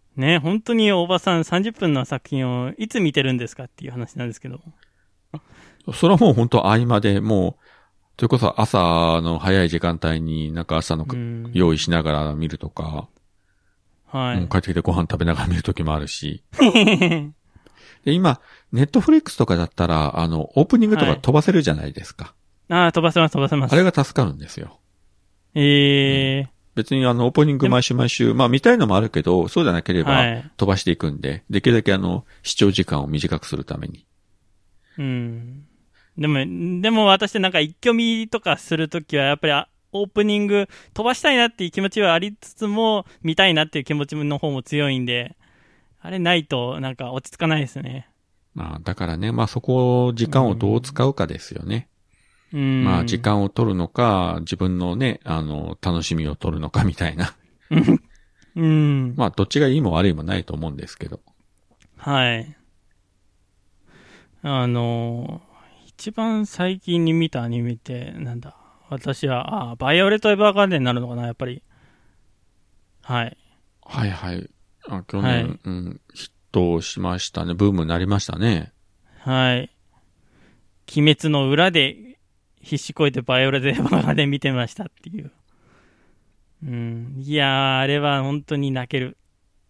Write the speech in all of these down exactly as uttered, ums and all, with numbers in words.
ね、本当におばさんさんじゅっぷんの作品をいつ見てるんですかっていう話なんですけど。 それはもう本当合間で、もう、それこそ朝の早い時間帯になんか朝の用意しながら見るとか、 はい。 帰ってきてご飯食べながら見るときもあるし。で今、ネットフリックスとかだったら、あの、オープニングとか飛ばせるじゃないですか。 はい、ああ、飛ばせます、飛ばせます。 あれが助かるんですよ。 ええーうん、 別にあの、オープニング毎週毎週、まあ見たいのもあるけど、そうじゃなければ飛ばしていくんで、はい、できるだけあの、視聴時間を短くするために。 うん。でも、でも私なんか一挙見とかするときはやっぱりオープニング飛ばしたいなっていう気持ちはありつつも、見たいなっていう気持ちの方も強いんで、あれないとなんか落ち着かないですね。 まあだからね、まあそこ、時間をどう使うかですよね。 うん、 まあ時間を取るのか、自分のね、あの、楽しみを取るのかみたいな。 うん。 まあどっちがいいも悪いもないと思うんですけど。 はい。あの、一番最近に見たアニメって、なんだ私は、あ、バイオレット・エヴァーガーデンになるのかな、やっぱり。はい。 はいはい。あ、去年、はい、うん、ヒットしましたね。ブームになりましたね。 はい。鬼滅の裏で必死こいてバイオレット・エヴァーガーデン見てましたっていう。うん。いやー、あれは本当に泣ける。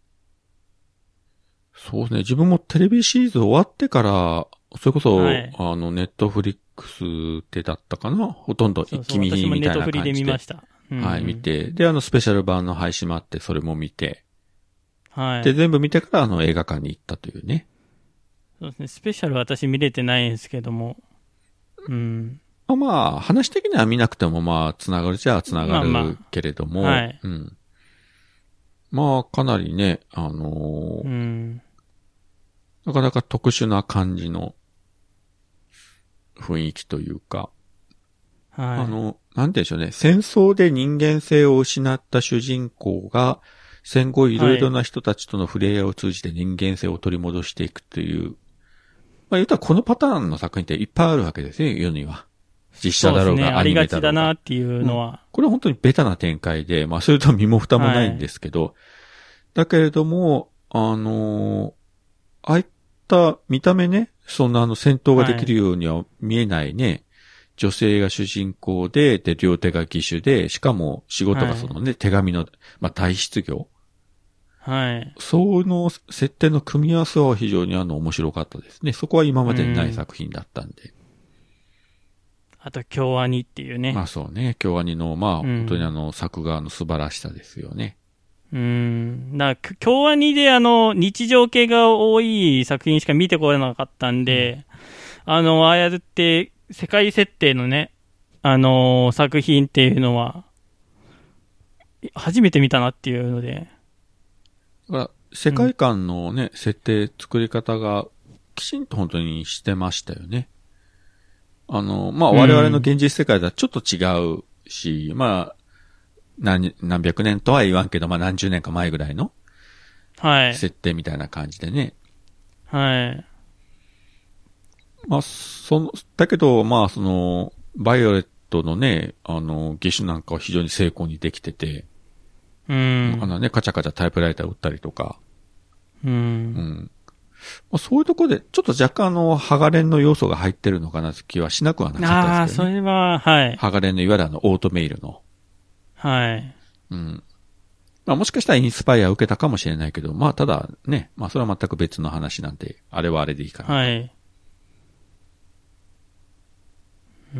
そうですね。自分もテレビシリーズ終わってから、それこそ、はい、あの、ネットフリックスってだったかなほとんど一気見みたいな感じで。そうそう、私もネットフリで見ました。うん、はい、 見て。で、あの、スペシャル版の配信もあって、それも見て。 はい。 で、全部見てから、あの、映画館に行ったというね。 そうですね。スペシャル私見れてないんですけども。うん。 まあまあ、話的には見なくても、まあ、つながるじゃつながるけれども。まあまあ、はい。うん。まあ、かなりね、あのー、 うん。 なかなか特殊な感じの雰囲気というか、 はい、 あの、なんて言うんでしょうね、戦争で人間性を失った主人公が、戦後いろいろな人たちとの触れ合いを通じて人間性を取り戻していくという、まあ言うたらこのパターンの作品っていっぱいあるわけですね、世には。実写だろうが、アニメだろうが。 そうですね、ありがちだなっていうのは、うん。 これは本当にベタな展開で、まあそれと身も蓋もないんですけど、はい、だけれども、あのー、ああいった見た目ね、そんなあの戦闘ができるようには見えないね、はい、女性が主人公で、で、両手が義手で、しかも仕事がそのね、はい、手紙の、まあ、体質業。 はい。 その設定の組み合わせは非常にあの面白かったですね。そこは今までにない作品だったんで。 あと、京アニっていうね。 まあそうね、京アニの、まあ、本当にあの、作画の素晴らしさですよね。 うん。だから、京アニであの、日常系が多い作品しか見てこれなかったんで、うん、あの、ああやって世界設定のね、あのー、作品っていうのは、初めて見たなっていうので。 だから世界観のね、うん、設定、作り方が、きちんと本当にしてましたよね。あの、まあ、我々の現実世界ではちょっと違うし、うん、まあ、何、何百年とは言わんけど、まあ何十年か前ぐらいの、 はい。 設定みたいな感じでね。 はい。 まあ、その、だけど、まあ、その、バイオレットのね、あの、義手なんかは非常に精巧にできてて、 うん。 あのね、カチャカチャタイプライター打ったりとか、 うん。うんまあ、そういうところで、ちょっと若干あの、ハガレンの要素が入ってるのかなって気はしなくはなかったですけどね。 ああ、それは、はい。 ハガレンのいわゆるあの、オートメイルの。 はい。 うん。まあもしかしたらインスパイアを受けたかもしれないけど、まあただね、まあそれは全く別の話なんで、あれはあれでいいかな。 はい。うん、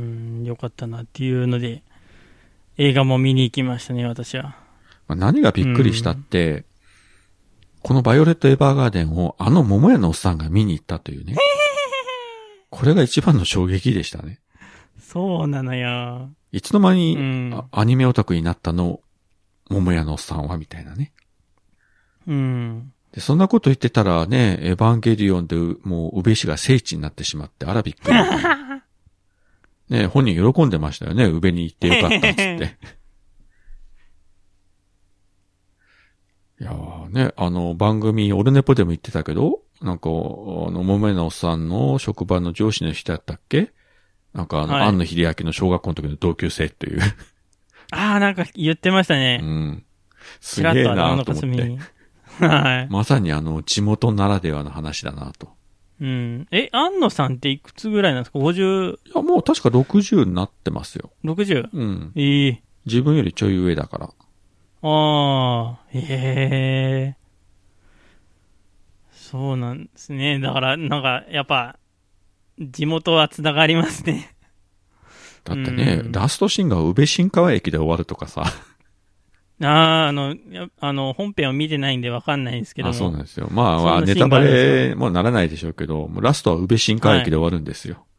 よかったなっていうので、映画も見に行きましたね、私は。 まあ、何がびっくりしたって、うん、このバイオレット・エヴァーガーデンをあの桃屋のおっさんが見に行ったというね。これが一番の衝撃でしたね。 そうなのよ。 いつの間に、うん、アニメオタクになったの、桃屋のおっさんは、みたいなね。 うん。 で、そんなこと言ってたらね、エヴァンゲリオンでもう、宇部市が聖地になってしまって、あらびっくり。ね、本人喜んでましたよね、宇部に行ってよかったっつって。いやーね、あの、番組、オルネポでも言ってたけど、なんか、あの、桃屋のおっさんの職場の上司の人だったっけなんかあの、はい、庵野秀明の小学校の時の同級生っていう。 ああ、なんか言ってましたね。 うん。すげえなと思って。 はい。 まさにあの、地元ならではの話だなと。 うん。え、安野さんっていくつぐらいなんですか ?ごじゅう。 いや、もう確かろくじゅうになってますよ。 ろくじゅう? うん。 ええ。 自分よりちょい上だから。 ああ、へえ。そうなんですね。だから、なんか、やっぱ、地元はつながりますね。 だってね、 うん、 ラストシーンが宇部新川駅で終わるとかさ。 ああ、あの、あの、本編を見てないんでわかんないんですけども。 あ、そうなんですよ。まあ、まあ、ネタバレもならないでしょうけど、ラストは宇部新川駅で終わるんですよ。はい、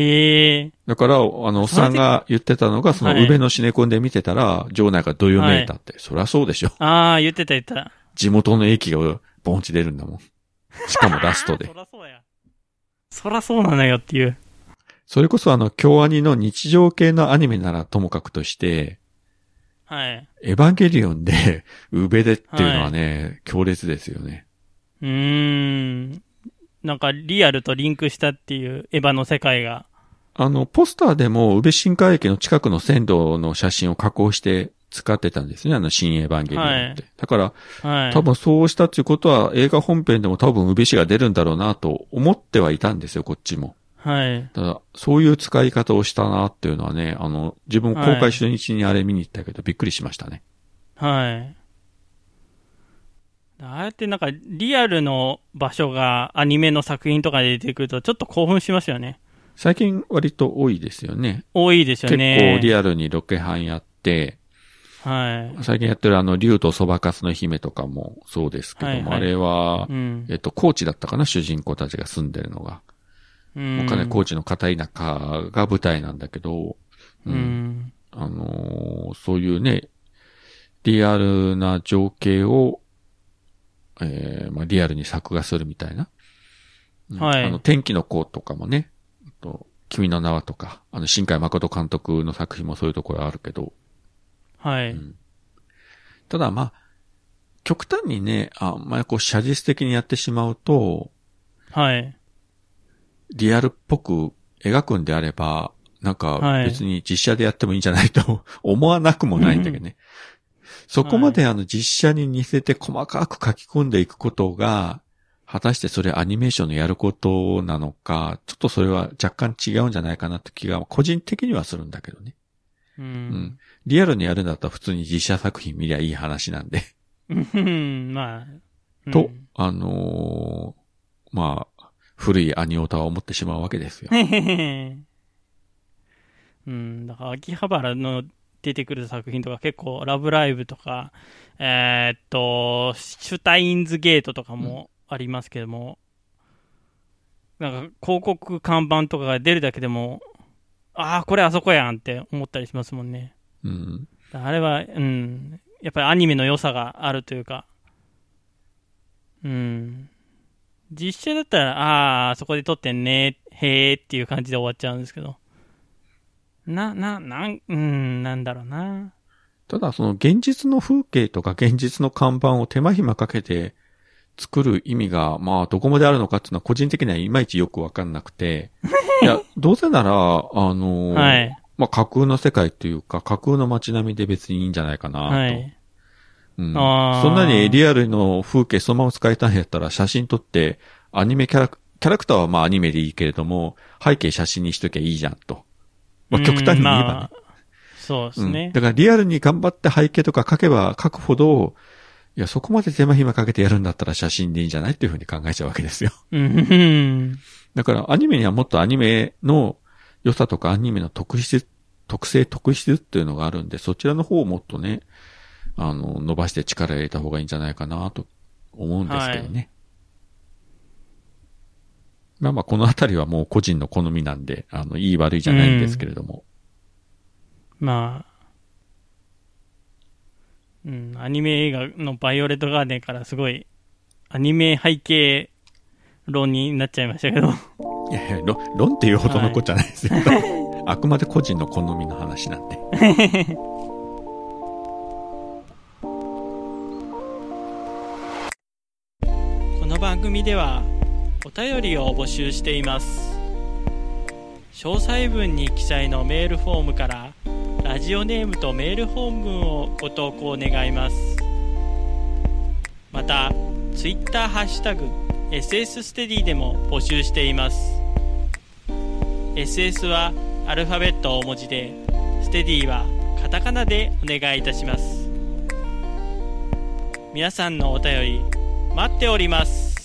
ええー。 だから、あの、おっさんが言ってたのが、その宇部のシネコンで見てたら、場内がどよめいたって。はい、そりゃそうでしょ。 ああ、言ってた言ってた。 地元の駅がボンチ出るんだもん。しかもラストで。 そらそうや。そらそうなのよっていう。 それこそあの、京アニの日常系のアニメならともかくとして、 はい。 エヴァンゲリオンで、宇部でっていうのはね、はい、強烈ですよね。 うーん。なんかリアルとリンクしたっていうエヴァの世界が。 あの、ポスターでも宇部新川駅の近くの線路の写真を加工して使ってたんですね。あの、新エヴァンゲリオンって。はい、だから、はい、多分そうしたっていうことは映画本編でも多分宇部市が出るんだろうなと思ってはいたんですよ、こっちも。はい。ただ、そういう使い方をしたなっていうのはね、あの、自分公開初日にあれ見に行ったけど、はい、びっくりしましたね。はい。 ああやってなんかリアルの場所がアニメの作品とかで出てくるとちょっと興奮しますよね。 最近割と多いですよね。 多いですよね。 結構リアルにロケハンやって、はい。最近やってるあの、竜とそばかすの姫とかもそうですけども、はいはい、あれは、うん、えっと、高知だったかな、主人公たちが住んでるのが。うん。かなり高知の片田舎が舞台なんだけど、うん。うん、あのー、そういうね、リアルな情景を、えー、まあ、リアルに作画するみたいな。はい。あの、天気の子とかもね、と君の名はとか、あの、新海誠監督の作品もそういうところあるけど。はい。うん、ただまあ、極端にね、あんまりこう、写実的にやってしまうと、はい。リアルっぽく描くんであれば、なんか別に実写でやってもいいんじゃないと思わなくもないんだけどね。そこまであの実写に似せて細かく書き込んでいくことが、果たしてそれアニメーションのやることなのか、ちょっとそれは若干違うんじゃないかなって気が個人的にはするんだけどね。うん。うん、リアルにやるんだったら普通に実写作品見りゃいい話なんで。 うん、まあ。 うん、と、あのー、まあ、古いアニオタは思ってしまうわけですよ。 うん、だから秋葉原の出てくる作品とか結構ラブライブとか、えー、っと、シュタインズゲートとかもありますけども、うん、なんか広告看板とかが出るだけでも、ああ、これあそこやんって思ったりしますもんね。うん。あれは、うん、やっぱりアニメの良さがあるというか、うん。実写だったら、ああ、そこで撮ってんね、へーっていう感じで終わっちゃうんですけど。な、な、なん、うん、なんだろうな。 ただ、その現実の風景とか現実の看板を手間暇かけて作る意味が、まあ、どこまであるのかっていうのは個人的にはいまいちよくわかんなくて。いや、どうせなら、あのー、はい。まあ、架空の世界というか、架空の街並みで別にいいんじゃないかなと。はい。うん、そんなにリアルの風景そのまま使いたいんやったら写真撮ってアニメキャラク、キャラクターはまあアニメでいいけれども背景写真にしときゃいいじゃんと。まあ極端に言えばね。まあ、 そうですね、 うん。だからリアルに頑張って背景とか描けば描くほど、いやそこまで手間暇かけてやるんだったら写真でいいんじゃないっていうふうに考えちゃうわけですよ。だからアニメにはもっとアニメの良さとかアニメの特質、特性特質っていうのがあるんで、そちらの方をもっとね、あの、伸ばして力入れた方がいいんじゃないかなと思うんですけどね。はい、まあまあ、このあたりはもう個人の好みなんで、あの、いい悪いじゃないんですけれども。 うん、まあ、うん、アニメ映画のバイオレットガーデンからすごい、アニメ背景論になっちゃいましたけど。 いやいや、論、論っていうほどのことじゃないですよ。はい、あくまで個人の好みの話なんで。 この番組ではお便りを募集しています。詳細文に記載のメールフォームからラジオネームとメール本文をご投稿願います。 また、ツイッターハッシュタグ エスエス ステディでも募集しています。エスエス はアルファベット大文字で、ステディはカタカナでお願いいたします。皆さんのお便り待っております。